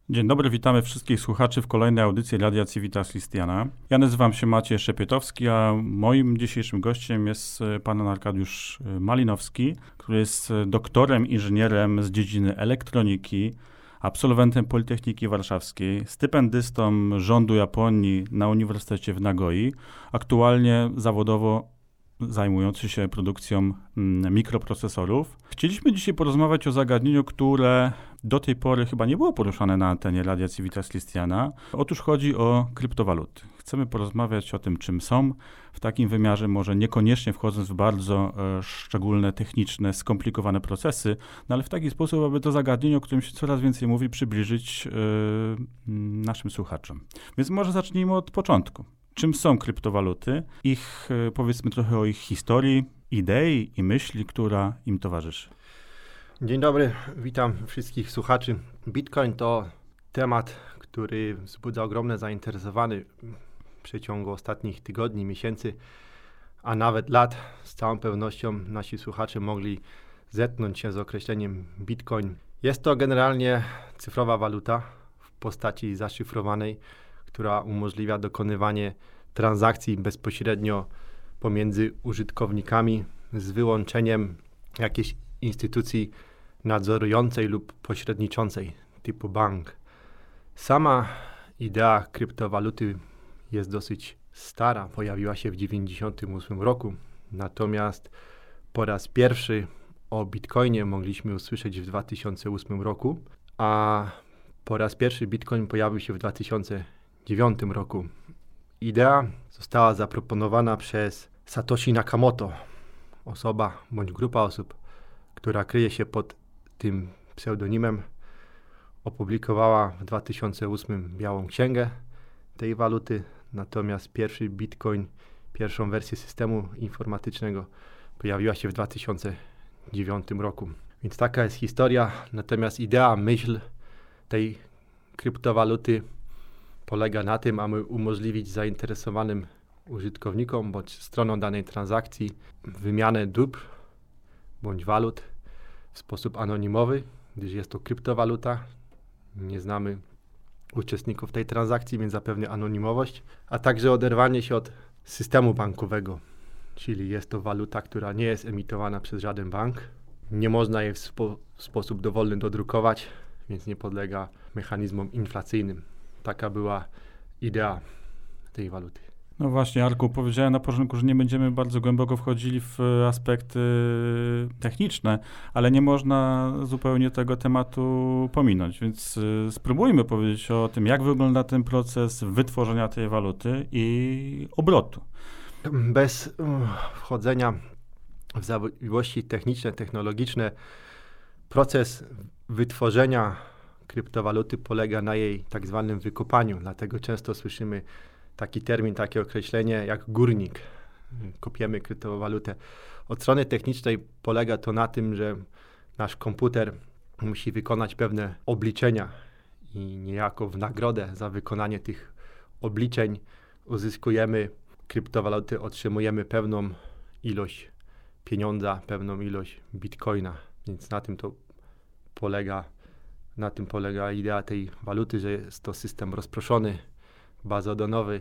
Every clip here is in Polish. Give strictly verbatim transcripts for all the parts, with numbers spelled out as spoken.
Dzień dobry, witamy wszystkich słuchaczy w kolejnej audycji Radia Civitas Christiana. Ja nazywam się Maciej Szepietowski, a moim dzisiejszym gościem jest pan Arkadiusz Malinowski, który jest doktorem, inżynierem z dziedziny elektroniki, absolwentem Politechniki Warszawskiej, stypendystą rządu Japonii na Uniwersytecie w Nagoi, aktualnie zawodowo zajmujący się produkcją mikroprocesorów. Chcieliśmy dzisiaj porozmawiać o zagadnieniu, które do tej pory chyba nie było poruszane na antenie Radia Civitas Christiana. Otóż chodzi o kryptowaluty. Chcemy porozmawiać o tym, czym są, w takim wymiarze, może niekoniecznie wchodząc w bardzo e, szczególne, techniczne, skomplikowane procesy, no ale w taki sposób, aby to zagadnienie, o którym się coraz więcej mówi, przybliżyć e, naszym słuchaczom. Więc może zacznijmy od początku. Czym są kryptowaluty? Ich, e, powiedzmy trochę o ich historii, idei i myśli, która im towarzyszy. Dzień dobry, witam wszystkich słuchaczy. Bitcoin to temat, który wzbudza ogromne zainteresowanie w przeciągu ostatnich tygodni, miesięcy, a nawet lat. Z całą pewnością nasi słuchacze mogli zetknąć się z określeniem Bitcoin. Jest to generalnie cyfrowa waluta w postaci zaszyfrowanej, która umożliwia dokonywanie transakcji bezpośrednio pomiędzy użytkownikami z wyłączeniem jakiejś instytucji nadzorującej lub pośredniczącej typu bank. Sama idea kryptowaluty jest dosyć stara, pojawiła się w tysiąc dziewięćset dziewięćdziesiątym ósmym roku, natomiast po raz pierwszy o Bitcoinie mogliśmy usłyszeć w dwa tysiące ósmym roku, a po raz pierwszy Bitcoin pojawił się w dwa tysiące dziewiątym roku. Idea została zaproponowana przez Satoshi Nakamoto, osoba bądź grupa osób, która kryje się pod tym pseudonimem, opublikowała w dwa tysiące ósmym białą księgę tej waluty, natomiast pierwszy Bitcoin, pierwszą wersję systemu informatycznego pojawiła się w dwa tysiące dziewiątym roku. Więc taka jest historia, natomiast idea, myśl tej kryptowaluty polega na tym, aby umożliwić zainteresowanym użytkownikom bądź stronom danej transakcji wymianę dóbr bądź walut w sposób anonimowy, gdyż jest to kryptowaluta. Nie znamy uczestników tej transakcji, więc zapewnia anonimowość, a także oderwanie się od systemu bankowego, czyli jest to waluta, która nie jest emitowana przez żaden bank. Nie można jej w, spo, w sposób dowolny dodrukować, więc nie podlega mechanizmom inflacyjnym. Taka była idea tej waluty. No właśnie, Arku, powiedziałem na początku, że nie będziemy bardzo głęboko wchodzili w aspekty techniczne, ale nie można zupełnie tego tematu pominąć, więc spróbujmy powiedzieć o tym, jak wygląda ten proces wytworzenia tej waluty i obrotu. Bez wchodzenia w zawiłości techniczne, technologiczne, proces wytworzenia kryptowaluty polega na jej tak zwanym wykopaniu, dlatego często słyszymy taki termin, takie określenie jak górnik. Kopiemy kryptowalutę. Od strony technicznej polega to na tym, że nasz komputer musi wykonać pewne obliczenia i niejako w nagrodę za wykonanie tych obliczeń uzyskujemy kryptowaluty, otrzymujemy pewną ilość pieniądza, pewną ilość bitcoina. Więc na tym to polega, na tym polega idea tej waluty, że jest to system rozproszony, bazodonowy,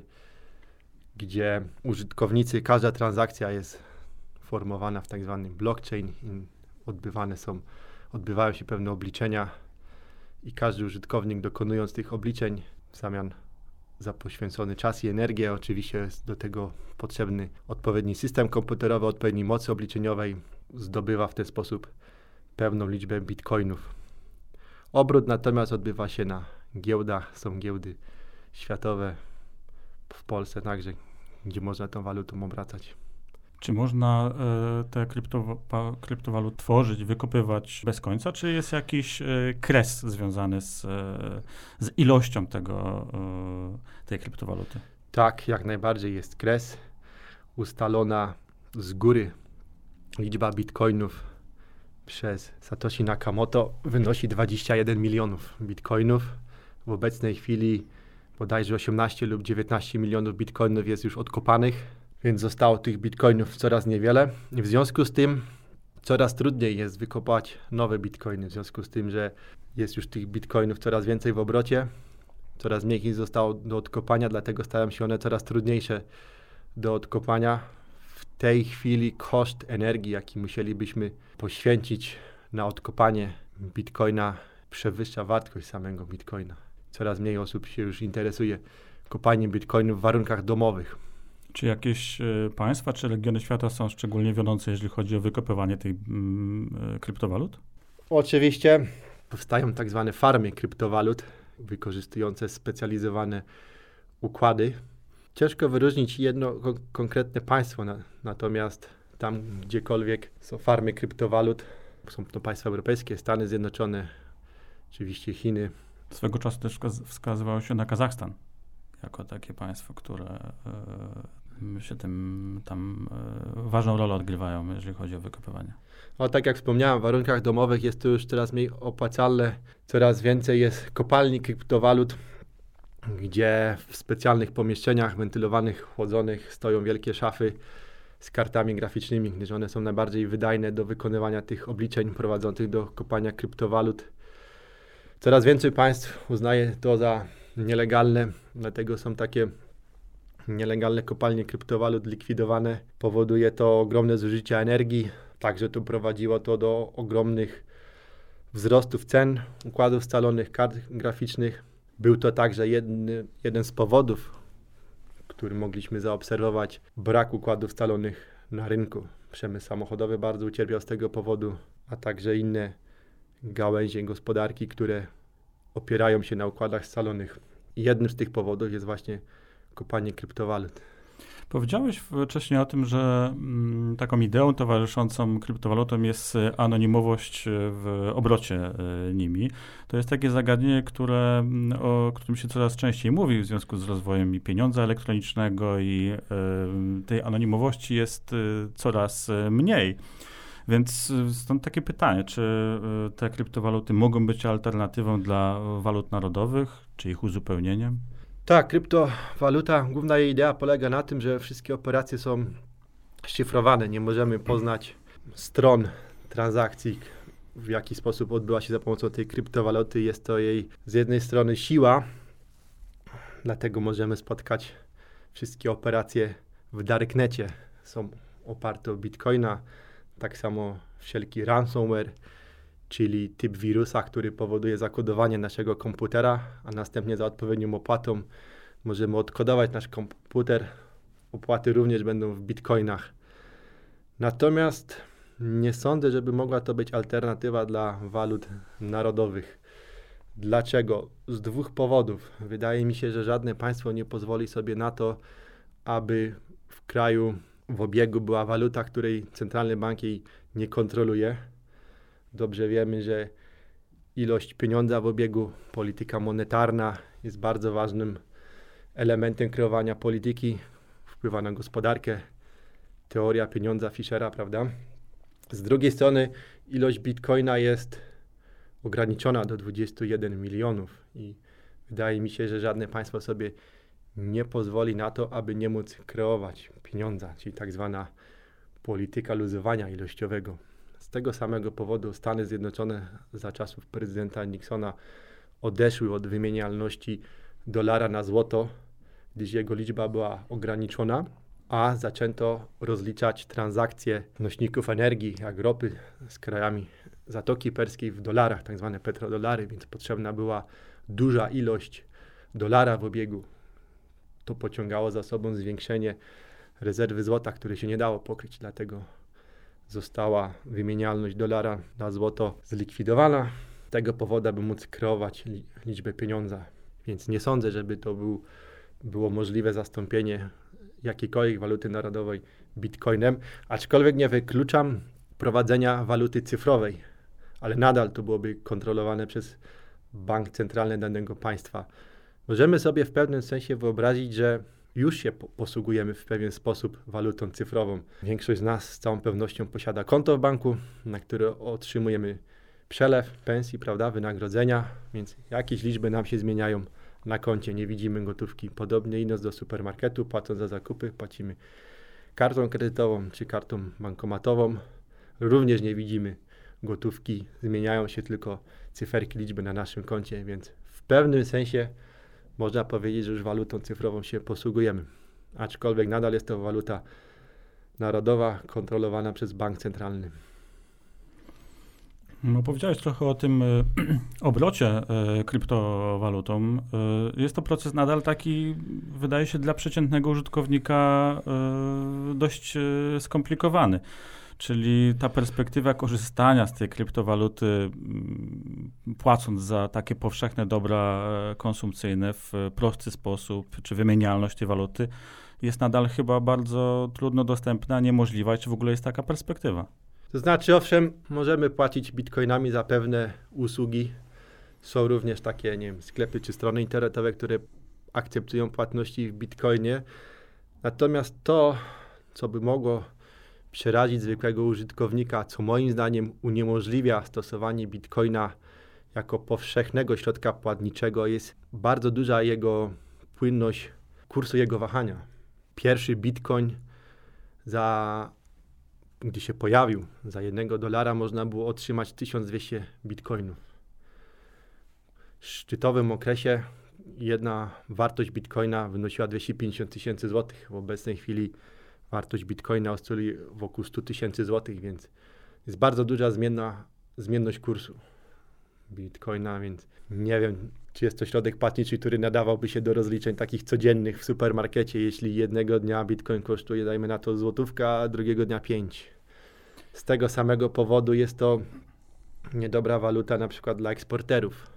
gdzie użytkownicy, każda transakcja jest formowana w tak zwanym blockchain i odbywane są, odbywają się pewne obliczenia i każdy użytkownik, dokonując tych obliczeń w zamian za poświęcony czas i energię, oczywiście jest do tego potrzebny odpowiedni system komputerowy, odpowiedniej mocy obliczeniowej, zdobywa w ten sposób pewną liczbę bitcoinów. Obrót natomiast odbywa się na giełdach, są giełdy światowe, w Polsce także, gdzie można tą walutą obracać. Czy można e, te kryptowa- kryptowalut tworzyć, wykopywać bez końca, czy jest jakiś e, kres związany z, e, z ilością tego, e, tej kryptowaluty? Tak, jak najbardziej jest kres. Ustalona z góry liczba bitcoinów przez Satoshi Nakamoto wynosi dwadzieścia jeden milionów bitcoinów. W obecnej chwili bodajże osiemnaście lub dziewiętnaście milionów bitcoinów jest już odkopanych, więc zostało tych bitcoinów coraz niewiele. W związku z tym coraz trudniej jest wykopać nowe bitcoiny, w związku z tym, że jest już tych bitcoinów coraz więcej w obrocie, coraz mniej ich zostało do odkopania, dlatego stają się one coraz trudniejsze do odkopania. W tej chwili koszt energii, jaki musielibyśmy poświęcić na odkopanie bitcoina, przewyższa wartość samego bitcoina. Coraz mniej osób się już interesuje kopaniem bitcoinów w warunkach domowych. Czy jakieś y, państwa czy regiony świata są szczególnie wiodące, jeżeli chodzi o wykopywanie tej y, kryptowalut? Oczywiście powstają tak zwane farmy kryptowalut, wykorzystujące specjalizowane układy. Ciężko wyróżnić jedno ko- konkretne państwo, na, natomiast tam gdziekolwiek są farmy kryptowalut, są to państwa europejskie, Stany Zjednoczone, oczywiście Chiny. Swego czasu też wskaz- wskazywało się na Kazachstan jako takie państwo, które y, się tym tam y, ważną rolę odgrywają, jeżeli chodzi o wykopywanie. No, tak jak wspomniałem, w warunkach domowych jest to już coraz mniej opłacalne, coraz więcej jest kopalni kryptowalut, gdzie w specjalnych pomieszczeniach wentylowanych, chłodzonych stoją wielkie szafy z kartami graficznymi, gdyż one są najbardziej wydajne do wykonywania tych obliczeń prowadzących do kopania kryptowalut. Coraz więcej państw uznaje to za nielegalne, dlatego są takie nielegalne kopalnie kryptowalut likwidowane. Powoduje to ogromne zużycie energii, także to prowadziło to do ogromnych wzrostów cen układów scalonych, kart graficznych. Był to także jedny, jeden z powodów, który mogliśmy zaobserwować, brak układów scalonych na rynku. Przemysł samochodowy bardzo ucierpiał z tego powodu, a także inne gałęzie gospodarki, które opierają się na układach scalonych. I jednym z tych powodów jest właśnie kopanie kryptowalut. Powiedziałeś wcześniej o tym, że mm, taką ideą towarzyszącą kryptowalutom jest anonimowość w obrocie y, nimi. To jest takie zagadnienie, które, o którym się coraz częściej mówi w związku z rozwojem i pieniądza elektronicznego i y, tej anonimowości jest y, coraz mniej. Więc stąd takie pytanie, czy y, te kryptowaluty mogą być alternatywą dla walut narodowych, czy ich uzupełnieniem? Tak, kryptowaluta, główna jej idea polega na tym, że wszystkie operacje są szyfrowane. Nie możemy poznać stron transakcji, w jaki sposób odbyła się za pomocą tej kryptowaluty. Jest to jej z jednej strony siła, dlatego możemy spotkać wszystkie operacje w darknecie. Są oparte o bitcoina, tak samo wszelki ransomware, czyli typ wirusa, który powoduje zakodowanie naszego komputera, a następnie za odpowiednią opłatą możemy odkodować nasz komputer. Opłaty również będą w bitcoinach. Natomiast nie sądzę, żeby mogła to być alternatywa dla walut narodowych. Dlaczego? Z dwóch powodów. Wydaje mi się, że żadne państwo nie pozwoli sobie na to, aby w kraju w obiegu była waluta, której centralny bank jej nie kontroluje. Dobrze wiemy, że ilość pieniądza w obiegu, polityka monetarna jest bardzo ważnym elementem kreowania polityki, wpływa na gospodarkę, teoria pieniądza Fischera, prawda? Z drugiej strony ilość bitcoina jest ograniczona do dwudziestu jeden milionów i wydaje mi się, że żadne państwo sobie nie pozwoli na to, aby nie móc kreować pieniądza, czyli tak zwana polityka luzowania ilościowego. Z tego samego powodu Stany Zjednoczone za czasów prezydenta Nixona odeszły od wymienialności dolara na złoto, gdyż jego liczba była ograniczona, a zaczęto rozliczać transakcje nośników energii, jak ropy z krajami Zatoki Perskiej w dolarach, tak zwane petrodolary, więc potrzebna była duża ilość dolara w obiegu. To pociągało za sobą zwiększenie rezerwy złota, które się nie dało pokryć, dlatego została wymienialność dolara na złoto zlikwidowana. Z tego powodu, aby móc kreować li- liczbę pieniądza. Więc nie sądzę, żeby to był, było możliwe zastąpienie jakiejkolwiek waluty narodowej bitcoinem, aczkolwiek nie wykluczam prowadzenia waluty cyfrowej, ale nadal to byłoby kontrolowane przez bank centralny danego państwa. Możemy sobie w pewnym sensie wyobrazić, że już się po- posługujemy w pewien sposób walutą cyfrową. Większość z nas z całą pewnością posiada konto w banku, na które otrzymujemy przelew pensji, prawda, wynagrodzenia, więc jakieś liczby nam się zmieniają na koncie, nie widzimy gotówki. Podobnie idąc do supermarketu, płacąc za zakupy, płacimy kartą kredytową czy kartą bankomatową. Również nie widzimy gotówki, zmieniają się tylko cyferki, liczby na naszym koncie, więc w pewnym sensie można powiedzieć, że już walutą cyfrową się posługujemy. Aczkolwiek nadal jest to waluta narodowa, kontrolowana przez bank centralny. No, powiedziałeś trochę o tym y, obrocie y, kryptowalutą. Y, jest to proces nadal taki, wydaje się, dla przeciętnego użytkownika y, dość y, skomplikowany. Czyli ta perspektywa korzystania z tej kryptowaluty, y, płacąc za takie powszechne dobra konsumpcyjne w prosty sposób, czy wymienialność tej waluty, jest nadal chyba bardzo trudno dostępna, niemożliwa. Czy w ogóle jest taka perspektywa? To znaczy, owszem, możemy płacić bitcoinami za pewne usługi. Są również takie, nie wiem, sklepy czy strony internetowe, które akceptują płatności w bitcoinie. Natomiast to, co by mogło przerazić zwykłego użytkownika, co moim zdaniem uniemożliwia stosowanie bitcoina jako powszechnego środka płatniczego, jest bardzo duża jego płynność kursu jego wahania. Pierwszy bitcoin za gdy się pojawił, za jednego dolara można było otrzymać tysiąc dwieście bitcoinów. W szczytowym okresie jedna wartość bitcoina wynosiła dwieście pięćdziesiąt tysięcy złotych. W obecnej chwili wartość bitcoina oscyluje wokół sto tysięcy złotych, więc jest bardzo duża zmienna, zmienność kursu bitcoina, więc nie wiem, czy jest to środek płatniczy, który nadawałby się do rozliczeń takich codziennych w supermarkecie, jeśli jednego dnia bitcoin kosztuje, dajmy na to złotówka, a drugiego dnia pięć. Z tego samego powodu jest to niedobra waluta na przykład dla eksporterów,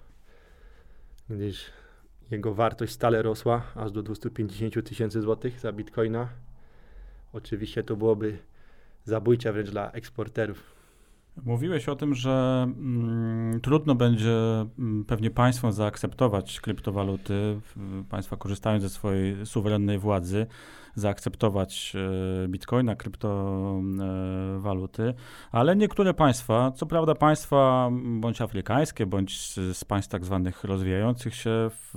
gdyż jego wartość stale rosła aż do dwieście pięćdziesiąt tysięcy złotych za bitcoina. Oczywiście to byłoby zabójcze wręcz dla eksporterów. Mówiłeś o tym, że mm, trudno będzie mm, pewnie państwom zaakceptować kryptowaluty, państwa korzystając ze swojej suwerennej władzy, zaakceptować e, bitcoina, kryptowaluty, ale niektóre państwa, co prawda państwa bądź afrykańskie, bądź z, z państw tak zwanych rozwijających się, w,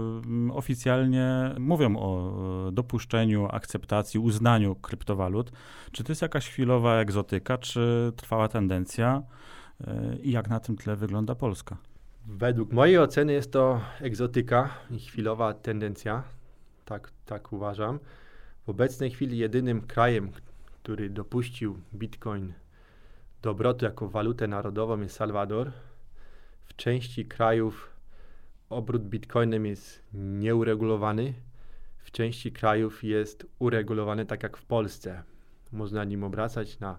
oficjalnie mówią o dopuszczeniu, akceptacji, uznaniu kryptowalut. Czy to jest jakaś chwilowa egzotyka, czy trwała tendencja e, i jak na tym tle wygląda Polska? Według mojej oceny jest to egzotyka i chwilowa tendencja, tak, tak uważam. W obecnej chwili jedynym krajem, który dopuścił bitcoin do obrotu jako walutę narodową jest Salwador. W części krajów obrót bitcoinem jest nieuregulowany, w części krajów jest uregulowany tak jak w Polsce. Można nim obracać na,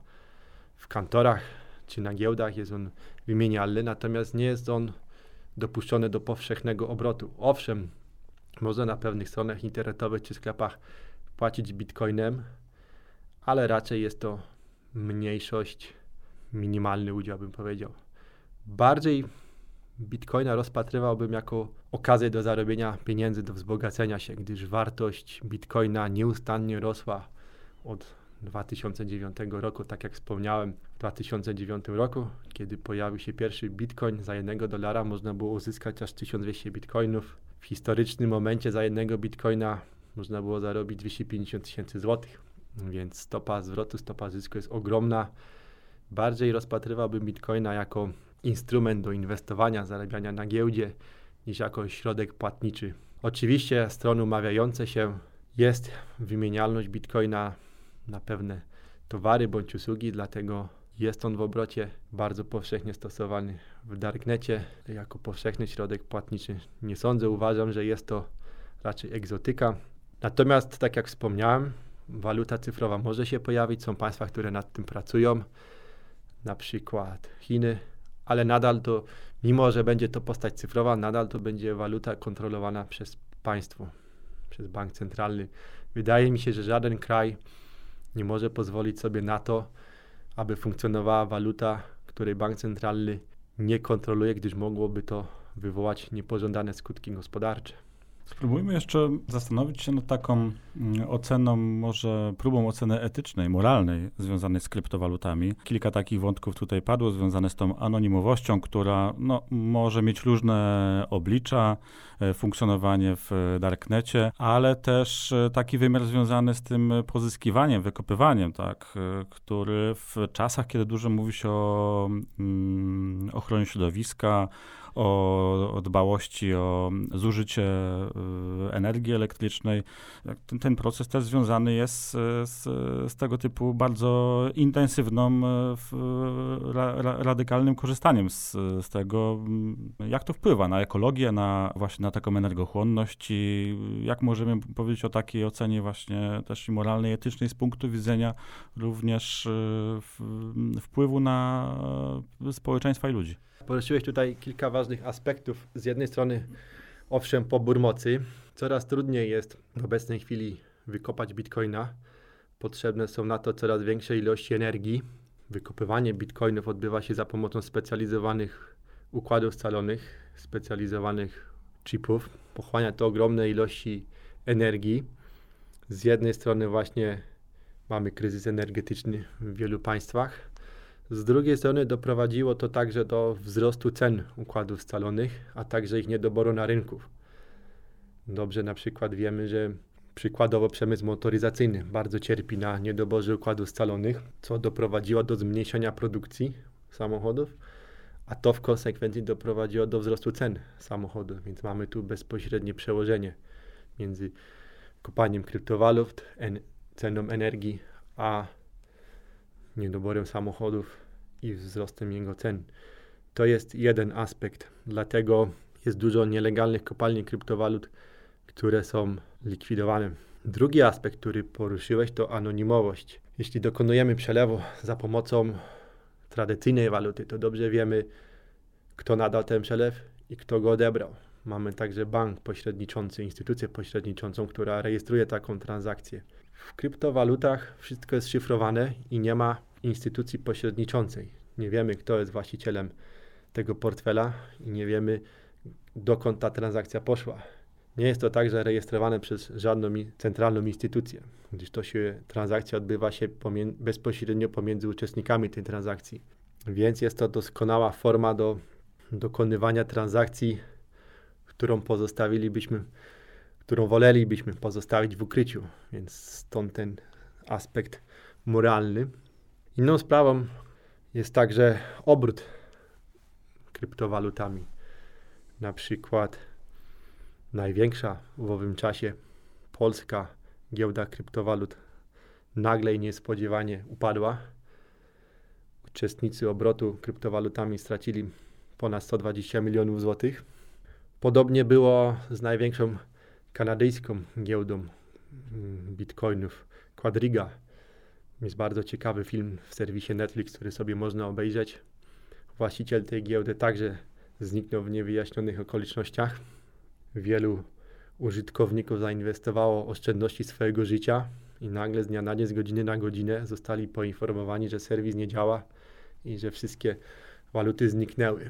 w kantorach czy na giełdach, jest on wymienialny, natomiast nie jest on dopuszczony do powszechnego obrotu. Owszem, można na pewnych stronach internetowych czy sklepach płacić bitcoinem, ale raczej jest to mniejszość, minimalny udział, bym powiedział. Bardziej bitcoina rozpatrywałbym jako okazję do zarobienia pieniędzy, do wzbogacenia się, gdyż wartość bitcoina nieustannie rosła od dwa tysiące dziewiątego roku, tak jak wspomniałem, w dwa tysiące dziewiątym roku, kiedy pojawił się pierwszy bitcoin, za jednego dolara można było uzyskać aż tysiąc dwieście bitcoinów. W historycznym momencie za jednego bitcoina można było zarobić dwieście pięćdziesiąt tysięcy złotych, więc stopa zwrotu, stopa zysku jest ogromna. Bardziej rozpatrywałbym bitcoina jako instrument do inwestowania, zarabiania na giełdzie, niż jako środek płatniczy. Oczywiście strony umawiające się jest wymienialność bitcoina na pewne towary bądź usługi, dlatego jest on w obrocie bardzo powszechnie stosowany w darknecie jako powszechny środek płatniczy. Nie sądzę, uważam, że jest to raczej egzotyka. Natomiast, tak jak wspomniałem, waluta cyfrowa może się pojawić. Są państwa, które nad tym pracują, na przykład Chiny, ale nadal to, mimo że będzie to postać cyfrowa, nadal to będzie waluta kontrolowana przez państwo, przez bank centralny. Wydaje mi się, że żaden kraj nie może pozwolić sobie na to, aby funkcjonowała waluta, której bank centralny nie kontroluje, gdyż mogłoby to wywołać niepożądane skutki gospodarcze. Spróbujmy jeszcze zastanowić się nad taką oceną, może próbą oceny etycznej, moralnej związanej z kryptowalutami. Kilka takich wątków tutaj padło, związane z tą anonimowością, która no, może mieć różne oblicza, funkcjonowanie w darknecie, ale też taki wymiar związany z tym pozyskiwaniem, wykopywaniem, tak, który w czasach, kiedy dużo mówi się o mm, ochronie środowiska, o, o dbałości o zużycie energii elektrycznej. Ten, ten proces też związany jest z, z tego typu bardzo intensywną, ra, ra, radykalnym korzystaniem z, z tego. Jak to wpływa na ekologię, na właśnie na taką energochłonność i jak możemy powiedzieć o takiej ocenie właśnie też i moralnej, etycznej z punktu widzenia również w, wpływu na społeczeństwa i ludzi. Poruszyłeś tutaj kilka ważnych aspektów. Z jednej strony, owszem, pobór mocy. Coraz trudniej jest w obecnej chwili wykopać bitcoina. Potrzebne są na to coraz większe ilości energii. Wykopywanie bitcoinów odbywa się za pomocą specjalizowanych układów scalonych, specjalizowanych chipów. Pochłania to ogromne ilości energii. Z jednej strony właśnie mamy kryzys energetyczny w wielu państwach. Z drugiej strony doprowadziło to także do wzrostu cen układów scalonych, a także ich niedoboru na rynku. Dobrze na przykład wiemy, że przykładowo przemysł motoryzacyjny bardzo cierpi na niedoborze układów scalonych, co doprowadziło do zmniejszenia produkcji samochodów, a to w konsekwencji doprowadziło do wzrostu cen samochodów, więc mamy tu bezpośrednie przełożenie między kopaniem kryptowalut, en- ceną energii, a niedoborem samochodów i wzrostem jego cen. To jest jeden aspekt, dlatego jest dużo nielegalnych kopalni kryptowalut, które są likwidowane. Drugi aspekt, który poruszyłeś, to anonimowość. Jeśli dokonujemy przelewu za pomocą tradycyjnej waluty, to dobrze wiemy, kto nadał ten przelew i kto go odebrał. Mamy także bank pośredniczący, instytucję pośredniczącą, która rejestruje taką transakcję. W kryptowalutach wszystko jest szyfrowane i nie ma instytucji pośredniczącej. Nie wiemy, kto jest właścicielem tego portfela i nie wiemy, dokąd ta transakcja poszła. Nie jest to także rejestrowane przez żadną centralną instytucję, gdyż to się, transakcja odbywa się pomie- bezpośrednio pomiędzy uczestnikami tej transakcji. Więc jest to doskonała forma do dokonywania transakcji, którą pozostawilibyśmy, którą wolelibyśmy pozostawić w ukryciu, więc stąd ten aspekt moralny. Inną sprawą jest także obrót kryptowalutami. Na przykład największa w owym czasie polska giełda kryptowalut nagle i niespodziewanie upadła. Uczestnicy obrotu kryptowalutami stracili ponad sto dwadzieścia milionów złotych. Podobnie było z największą kanadyjską giełdą bitcoinów, Quadriga. Jest bardzo ciekawy film w serwisie Netflix, który sobie można obejrzeć. Właściciel tej giełdy także zniknął w niewyjaśnionych okolicznościach. Wielu użytkowników zainwestowało oszczędności swojego życia i nagle z dnia na dzień, z godziny na godzinę zostali poinformowani, że serwis nie działa i że wszystkie waluty zniknęły.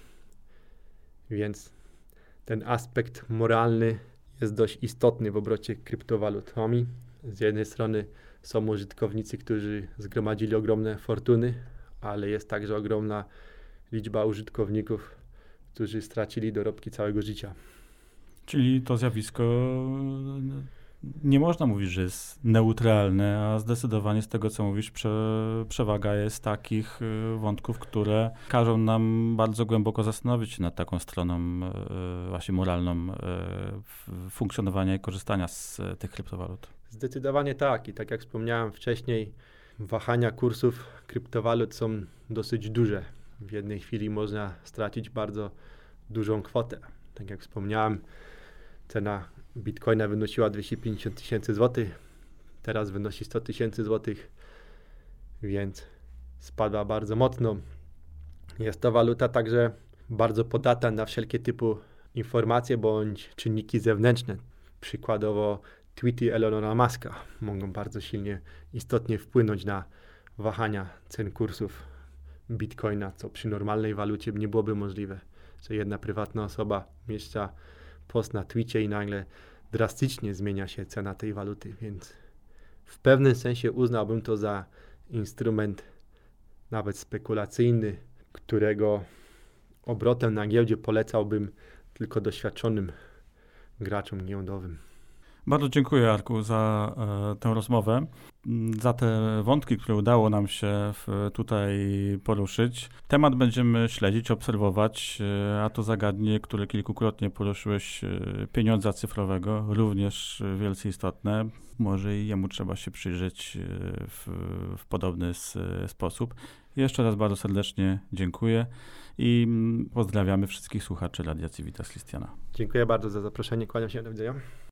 Więc ten aspekt moralny jest dość istotny w obrocie kryptowalutami. Z jednej strony są użytkownicy, którzy zgromadzili ogromne fortuny, ale jest także ogromna liczba użytkowników, którzy stracili dorobki całego życia. Czyli to zjawisko nie można mówić, że jest neutralne, a zdecydowanie z tego, co mówisz, prze, przewaga jest takich wątków, które każą nam bardzo głęboko zastanowić się nad taką stroną właśnie moralną funkcjonowania i korzystania z tych kryptowalut. Zdecydowanie tak i tak jak wspomniałem wcześniej, wahania kursów kryptowalut są dosyć duże. W jednej chwili można stracić bardzo dużą kwotę. Tak jak wspomniałem, cena bitcoina wynosiła dwieście pięćdziesiąt tysięcy złotych, teraz wynosi sto tysięcy złotych, więc spadła bardzo mocno. Jest to waluta także bardzo podatna na wszelkie typu informacje bądź czynniki zewnętrzne. Przykładowo tweety Elona Muska mogą bardzo silnie, istotnie wpłynąć na wahania cen kursów bitcoina, co przy normalnej walucie nie byłoby możliwe, że jedna prywatna osoba umieszcza post na Twitcie i nagle drastycznie zmienia się cena tej waluty, więc w pewnym sensie uznałbym to za instrument nawet spekulacyjny, którego obrotem na giełdzie polecałbym tylko doświadczonym graczom giełdowym. Bardzo dziękuję, Arku, za e, tę rozmowę, za te wątki, które udało nam się w, tutaj poruszyć. Temat będziemy śledzić, obserwować, e, a to zagadnienie, które kilkukrotnie poruszyłeś, e, pieniądza cyfrowego, również wielce istotne. Może i jemu trzeba się przyjrzeć e, w, w podobny s, sposób. Jeszcze raz bardzo serdecznie dziękuję i pozdrawiamy wszystkich słuchaczy Radia Civitas Christiana. Dziękuję bardzo za zaproszenie, kłaniam się, do widzenia.